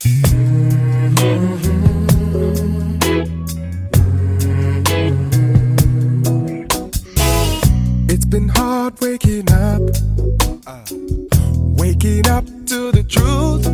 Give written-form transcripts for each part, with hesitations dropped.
It's been hard waking up to the truth.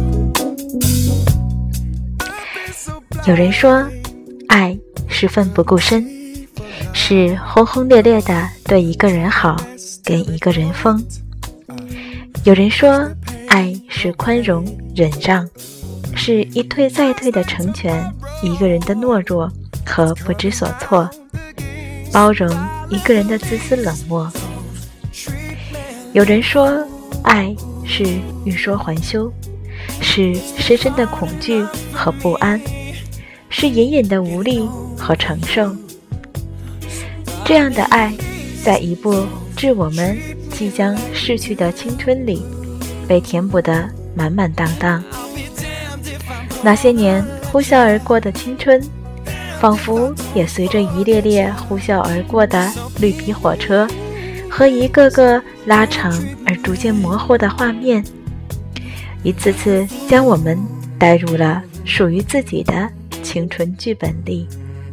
有人说，爱是奋不顾身，是轰轰烈烈的对一个人好，跟一个人疯。有人说，爱是宽容忍让，是一退再退的成全一个人的懦弱和不知所措，包容一个人的自私冷漠。有人说，爱是欲说还休，是深深的恐惧和不安，是隐隐的无力和承受。这样的爱，在一部致我们即将逝去的青春里，被填补得满满当当。那些年呼啸而过的青春，仿佛也随着一列列呼啸而过的绿皮火车和一个个拉长而逐渐模糊的画面，一次次将我们带入了属于自己的青春剧本里。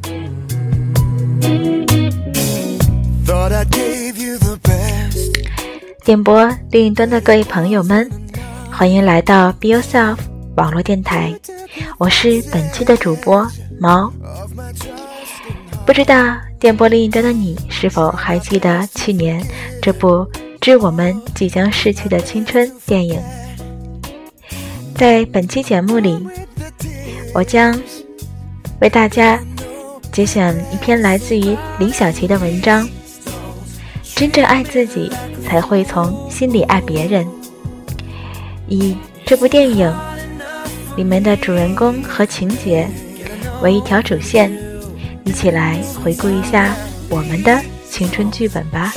电波另一端的各位朋友们，欢迎来到 Be Yourself 网络电台，我是本期的主播毛。不知道电波另一端的你是否还记得去年这部致我们即将逝去的青春电影？在本期节目里，我将为大家节选一篇来自于林小琪的文章，真正爱自己才会从心里爱别人。以这部电影里面的主人公和情节为一条主线，一起来回顾一下我们的青春剧本吧。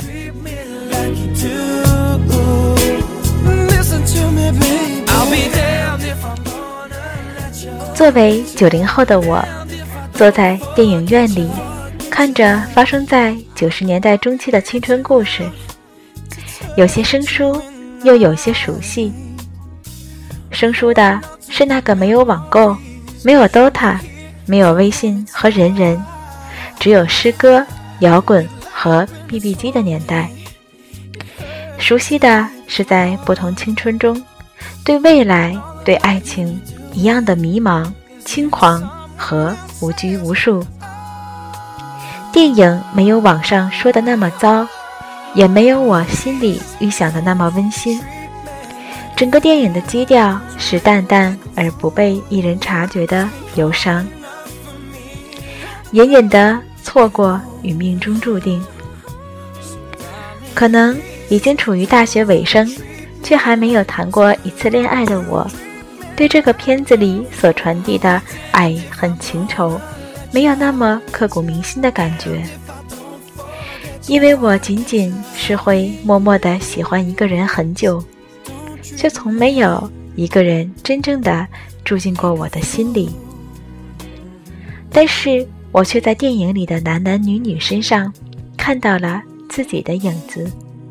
作为90后的我，坐在电影院里，看着发生在90年代中期的青春故事，有些生疏，又有些熟悉。生疏的是那个没有网购，没有 DOTA， 没有微信和人人，只有诗歌、摇滚和 BB 机的年代。熟悉的是在不同青春中，对未来、对爱情一样的迷茫、轻狂和无拘无束。电影没有网上说的那么糟，也没有我心里预想的那么温馨。整个电影的基调是淡淡而不被一人察觉的忧伤，隐隐的错过与命中注定。可能已经处于大学尾声，却还没有谈过一次恋爱的我，对这个片子里所传递的爱恨情仇没有那么刻骨铭心的感觉，因为我仅仅是会默默地喜欢一个人很久，却从没有一个人真正的住进过我的心里。但是我却在电影里的男男女女身上看到了自己的影子。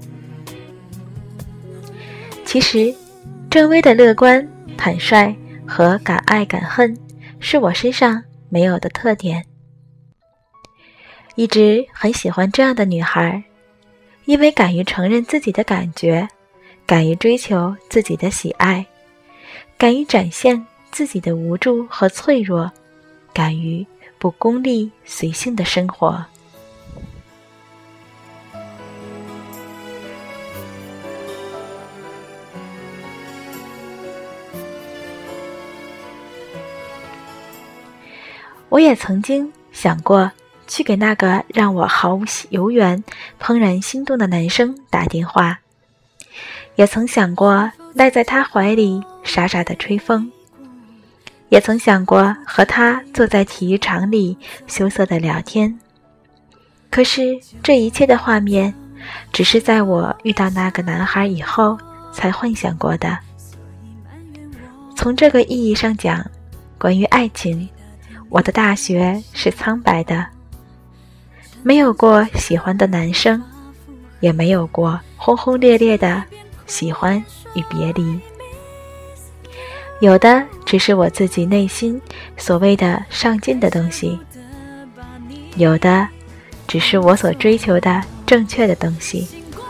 其实郑微的乐观、坦率和敢爱敢恨是我身上没有的特点。一直很喜欢这样的女孩，因为敢于承认自己的感觉，敢于追求自己的喜爱，敢于展现自己的无助和脆弱，敢于不功利随性的生活。我也曾经想过去给那个让我毫无由缘、怦然心动的男生打电话，也曾想过赖在他怀里傻傻的吹风，也曾想过和他坐在体育场里羞涩的聊天。可是这一切的画面只是在我遇到那个男孩以后才幻想过的。从这个意义上讲，关于爱情，我的大学是苍白的，没有过喜欢的男生，也没有过轰轰烈烈的喜欢与别离，有的只是我自己内心所谓的上进的东西，有的只是我所追求的正确的东西。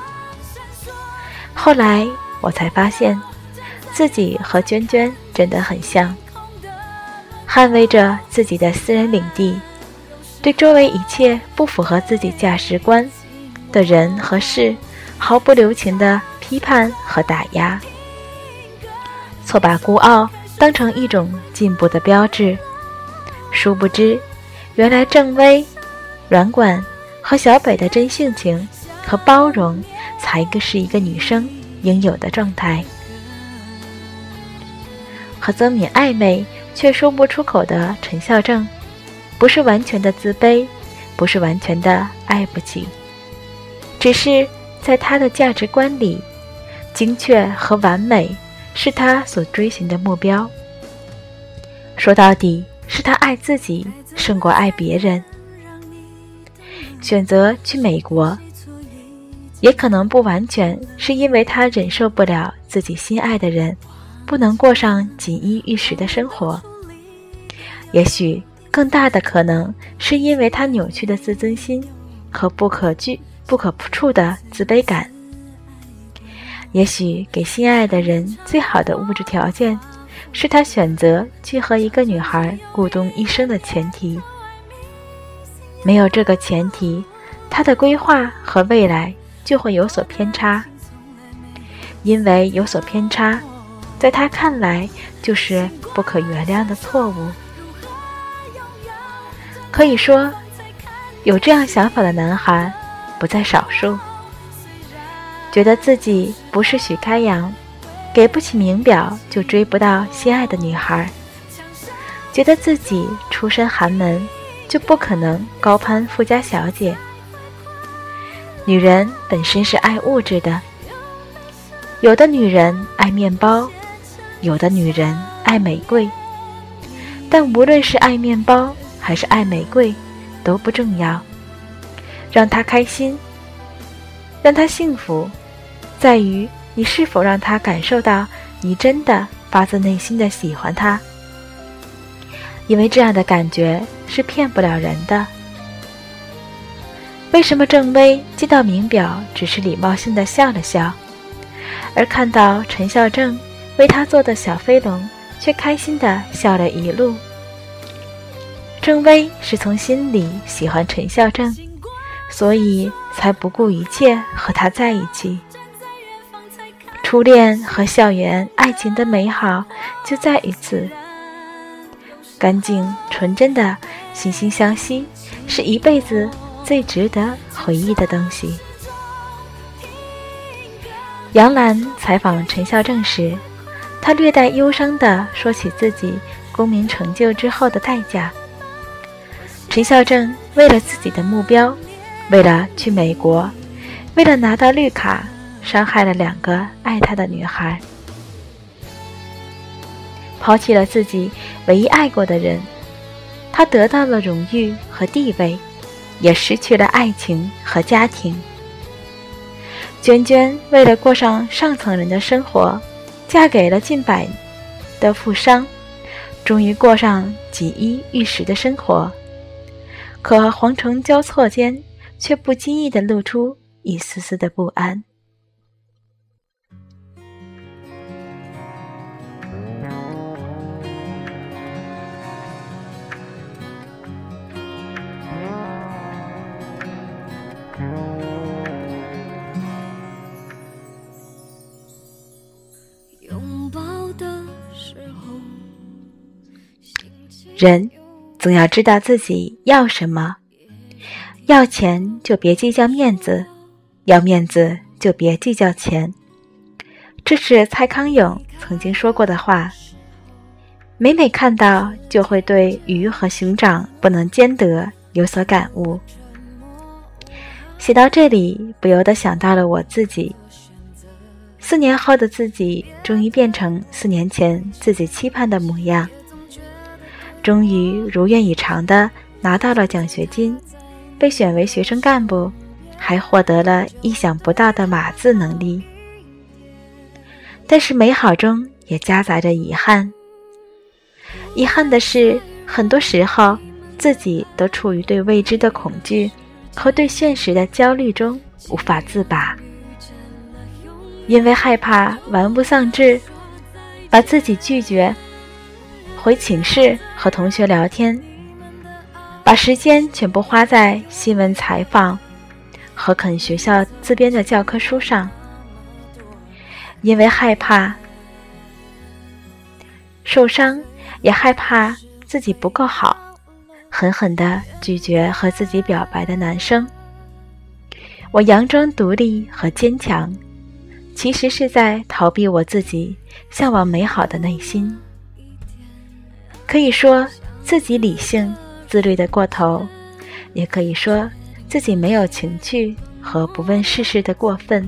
后来我才发现，自己和娟娟真的很像，捍卫着自己的私人领地，对周围一切不符合自己价值观的人和事毫不留情的批判和打压，错把孤傲当成一种进步的标志。殊不知，原来郑薇、阮管和小北的真性情和包容才是一个女生应有的状态。和曾敏暧昧却说不出口的陈孝正，不是完全的自卑，不是完全的爱不起，只是在他的价值观里，精确和完美是他所追寻的目标。说到底，是他爱自己胜过爱别人。选择去美国，也可能不完全是因为他忍受不了自己心爱的人不能过上锦衣玉食的生活，也许更大的可能是因为他扭曲的自尊心和不可触的自卑感。也许给心爱的人最好的物质条件，是他选择去和一个女孩孤独一生的前提。没有这个前提，他的规划和未来就会有所偏差。因为有所偏差，在他看来就是不可原谅的错误。可以说，有这样想法的男孩不在少数，觉得自己不是许开阳，给不起名表就追不到心爱的女孩，觉得自己出身寒门就不可能高攀富家小姐。女人本身是爱物质的，有的女人爱面包，有的女人爱玫瑰，但无论是爱面包还是爱玫瑰都不重要。让她开心，让她幸福，在于你是否让她感受到你真的发自内心的喜欢她，因为这样的感觉是骗不了人的。为什么郑薇接到名表只是礼貌性的笑了笑，而看到陈孝正为她做的小飞龙却开心地笑了一路？郑薇是从心里喜欢陈孝正，所以才不顾一切和他在一起。初恋和校园爱情的美好就在于此，干净纯真的惺惺相惜是一辈子最值得回忆的东西。杨澜采访陈孝正时，他略带忧伤地说起自己功名成就之后的代价。陈孝正为了自己的目标，为了去美国，为了拿到绿卡，伤害了2个爱他的女孩，抛弃了自己唯一爱过的人。他得到了荣誉和地位，也失去了爱情和家庭。娟娟为了过上上层人的生活，嫁给了近百的富商，终于过上锦衣玉食的生活。可蝗虫交错间，却不经意地露出一丝丝的不安。人总要知道自己要什么，要钱就别计较面子，要面子就别计较钱。这是蔡康永曾经说过的话，每每看到就会对鱼和熊掌不能兼得有所感悟。写到这里，不由得想到了我自己，4年后的自己终于变成4年前自己期盼的模样，终于如愿以偿地拿到了奖学金，被选为学生干部，还获得了意想不到的码字能力。但是美好中也夹杂着遗憾， 遗憾的是，很多时候自己都处于对未知的恐惧和对现实的焦虑中无法自拔。因为害怕玩物丧志，把自己拒绝回寝室和同学聊天，把时间全部花在新闻采访和啃学校自编的教科书上。因为害怕受伤，也害怕自己不够好，狠狠地拒绝和自己表白的男生。我佯装独立和坚强，其实是在逃避我自己向往美好的内心。可以说自己理性自律的过头，也可以说自己没有情趣和不问世事的过分。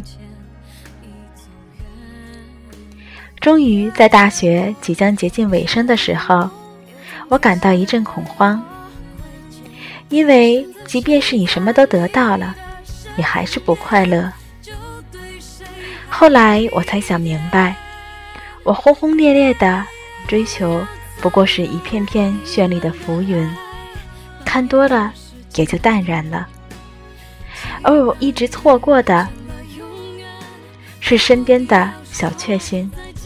终于在大学即将接近尾声的时候，我感到一阵恐慌，因为即便是你什么都得到了，你还是不快乐。后来我才想明白，我轰轰烈烈的追求不过是一片片绚丽的浮云，看多了也就淡然了。而我一直错过的是身边的小确幸。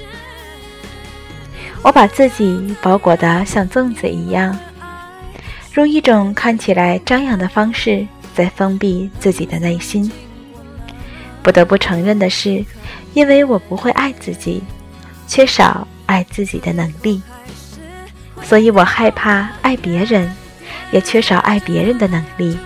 我把自己包裹得像粽子一样，用一种看起来张扬的方式在封闭自己的内心。不得不承认的是，因为我不会爱自己，缺少爱自己的能力，所以我害怕爱别人，也缺少爱别人的能力。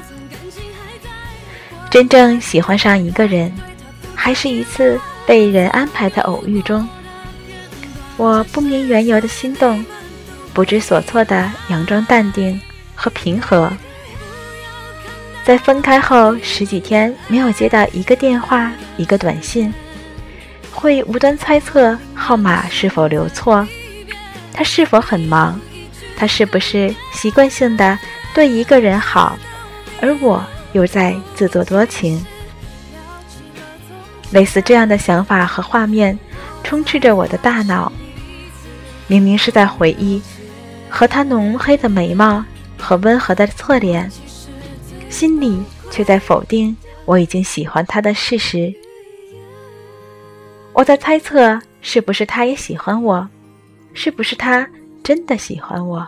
真正喜欢上一个人，还是一次被人安排的偶遇中。我不明缘由的心动，不知所措的佯装淡定和平和。在分开后10几天没有接到一个电话一个短信，会无端猜测号码是否留错，他是否很忙，他是不是习惯性的对一个人好，而我又在自作多情。类似这样的想法和画面充斥着我的大脑，明明是在回忆和他浓黑的眉毛和温和的侧脸，心里却在否定我已经喜欢他的事实。我在猜测，是不是他也喜欢我？是不是他真的喜欢我？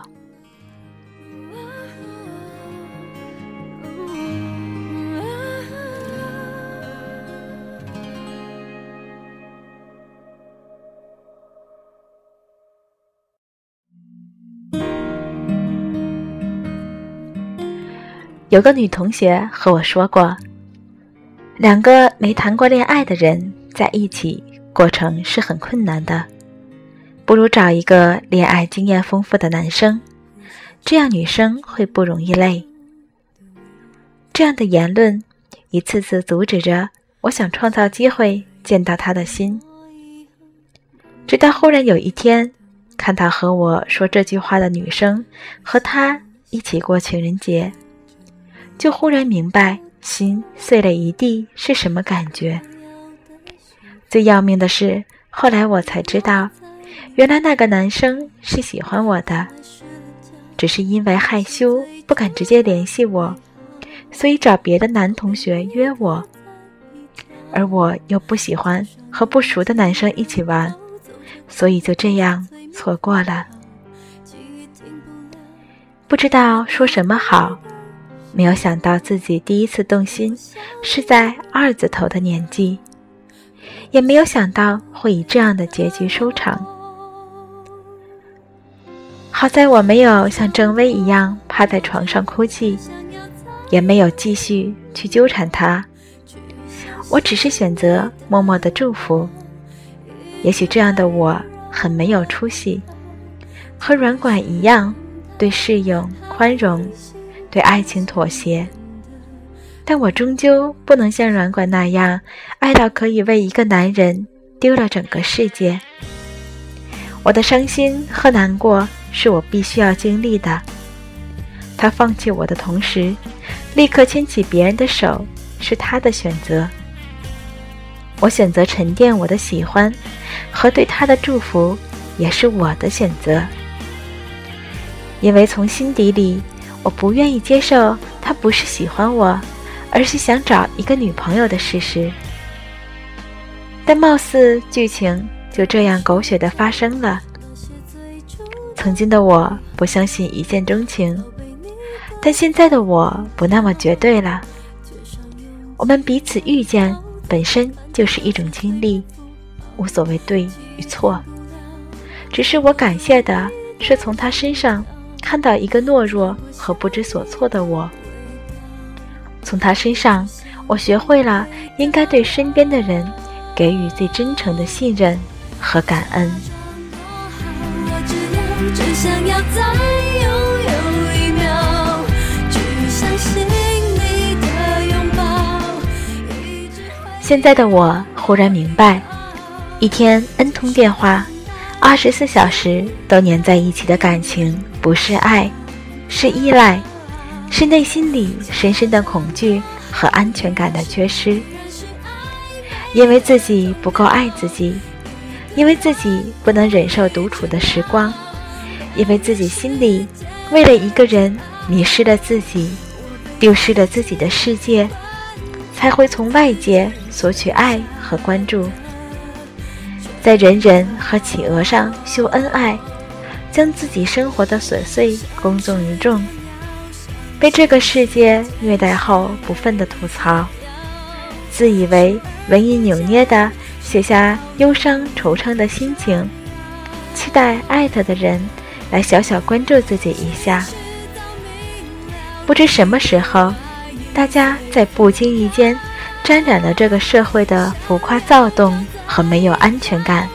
有个女同学和我说过，2个没谈过恋爱的人在一起过程是很困难的，不如找一个恋爱经验丰富的男生，这样女生会不容易累。这样的言论一次次阻止着我想创造机会见到他的心。直到忽然有一天，看到和我说这句话的女生和他一起过情人节，就忽然明白心碎了一地是什么感觉。最要命的是，后来我才知道，原来那个男生是喜欢我的，只是因为害羞不敢直接联系我，所以找别的男同学约我，而我又不喜欢和不熟的男生一起玩，所以就这样错过了。不知道说什么好，没有想到自己第一次动心是在2字头的年纪，也没有想到会以这样的结局收场。好在我没有像郑薇一样趴在床上哭泣，也没有继续去纠缠他，我只是选择默默的祝福。也许这样的我很没有出息，和软管一样，对适应宽容，对爱情妥协，但我终究不能像软管那样爱到可以为一个男人丢了整个世界。我的伤心和难过是我必须要经历的，他放弃我的同时立刻牵起别人的手是他的选择，我选择沉淀我的喜欢和对他的祝福也是我的选择。 因为从心底里我不愿意接受他不是喜欢我，而是想找一个女朋友的事实。但貌似剧情就这样狗血地发生了。曾经的我不相信一见钟情，但现在的我不那么绝对了。我们彼此遇见本身就是一种经历，无所谓对与错。只是我感谢的是从他身上看到一个懦弱和不知所措的我。从他身上我学会了应该对身边的人给予最真诚的信任和感恩。 只想要再拥有一秒，去相信你的拥抱。 现在的我忽然明白，一天 N 通电话，24小时都黏在一起的感情不是爱，是依赖，是内心里深深的恐惧和安全感的缺失。因为自己不够爱自己，因为自己不能忍受独处的时光，因为自己心里为了一个人迷失了自己，丢失了自己的世界，才会从外界索取爱和关注，在人人和企鹅上秀恩爱，将自己生活的琐碎公众于众，被这个世界虐待后不忿地吐槽，自以为文艺扭捏地写下忧伤惆怅的心情，期待爱他的人来小小关注自己一下。不知什么时候，大家在不经意间沾染了这个社会的浮夸躁动和没有安全感。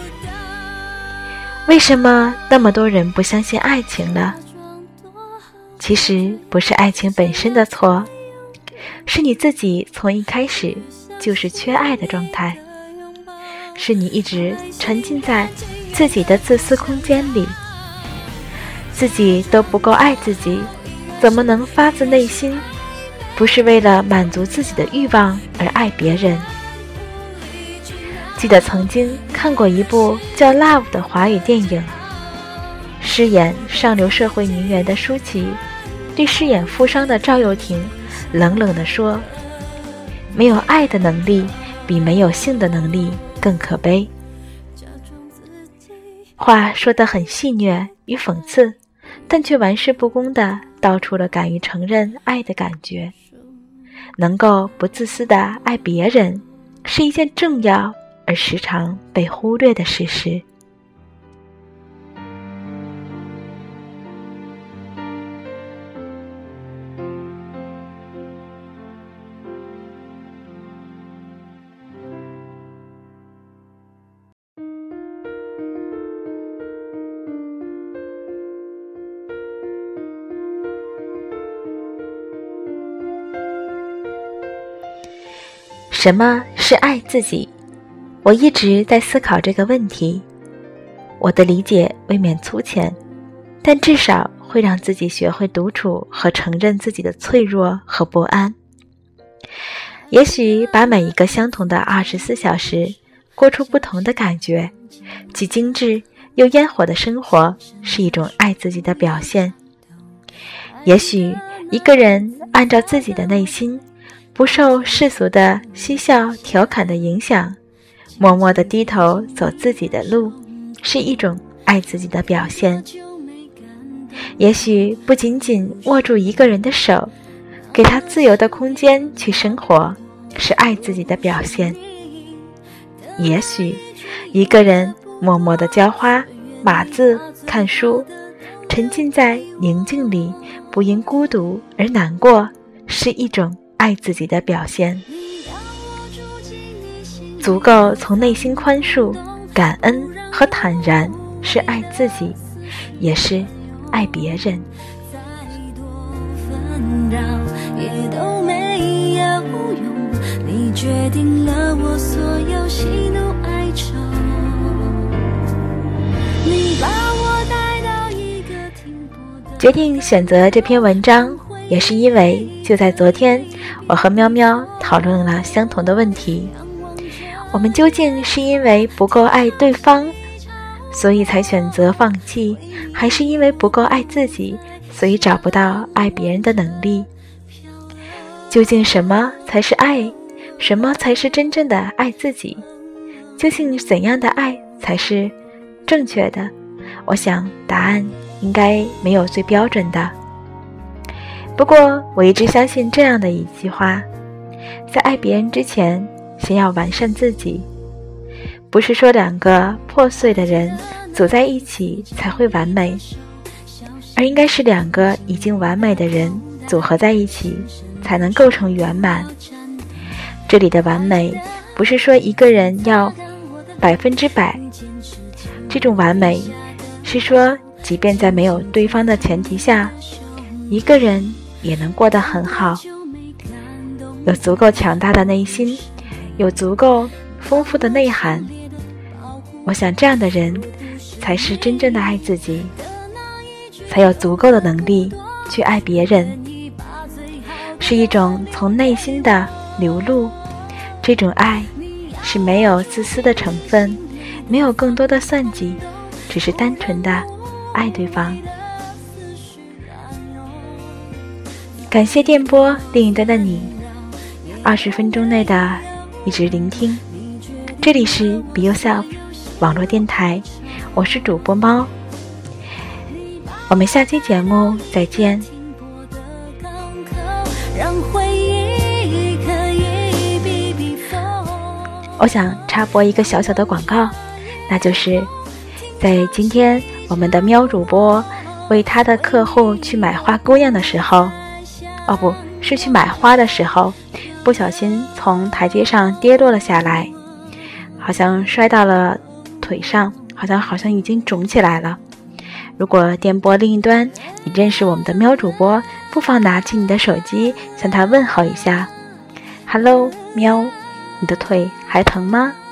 为什么那么多人不相信爱情了？其实不是爱情本身的错，是你自己从一开始就是缺爱的状态，是你一直沉浸在自己的自私空间里，自己都不够爱自己，怎么能发自内心，不是为了满足自己的欲望而爱别人。记得曾经看过一部叫《Love》的华语电影，饰演上流社会名媛的舒淇对饰演富商的赵又廷冷冷地说，没有爱的能力比没有性的能力更可悲。话说得很戏谑与讽刺，但却玩世不恭地道出了敢于承认爱的感觉。能够不自私地爱别人，是一件重要而时常被忽略的事实。什么是爱自己？我一直在思考这个问题。我的理解未免粗浅，但至少会让自己学会独处和承认自己的脆弱和不安。也许把每一个相同的24小时过出不同的感觉，既精致又烟火的生活是一种爱自己的表现。也许一个人按照自己的内心，不受世俗的嬉笑调侃的影响，默默地低头走自己的路，是一种爱自己的表现。也许不仅仅握住一个人的手，给他自由的空间去生活，是爱自己的表现。也许一个人默默地浇花、码字、看书，沉浸在宁静里，不因孤独而难过，是一种爱自己的表现。足够从内心宽恕、感恩和坦然，是爱自己，也是爱别人。 也都没有用，你决定了我所有喜怒哀愁，你把我带到一个停泊的。 决定选择这篇文章，也是因为就在昨天，我和喵喵讨论了相同的问题。我们究竟是因为不够爱对方， 所以才选择放弃，还是因为不够爱自己，所以找不到爱别人的能力？究竟什么才是爱？什么才是真正的爱自己？究竟怎样的爱才是正确的？我想答案应该没有最标准的。不过我一直相信这样的一句话，在爱别人之前，先要完善自己。不是说两个破碎的人组在一起才会完美，而应该是两个已经完美的人组合在一起才能构成圆满。这里的完美不是说一个人要100%，这种完美是说即便在没有对方的前提下，一个人也能过得很好，有足够强大的内心，有足够丰富的内涵。我想这样的人才是真正的爱自己，才有足够的能力去爱别人，是一种从内心的流露。这种爱是没有自私的成分，没有更多的算计，只是单纯的爱对方。感谢电波另一端的你，20分钟内的一直聆听。这里是 Be Yourself 网络电台，我是主播猫，我们下期节目再见。我想插播一个小小的广告，那就是在今天我们的喵主播为他的客户去买花姑娘的时候，不是去买花的时候，不小心从台阶上跌落了下来，好像摔到了腿上，好像已经肿起来了。如果电波另一端你认识我们的喵主播，不妨拿起你的手机向他问候一下， Hello 喵，你的腿还疼吗？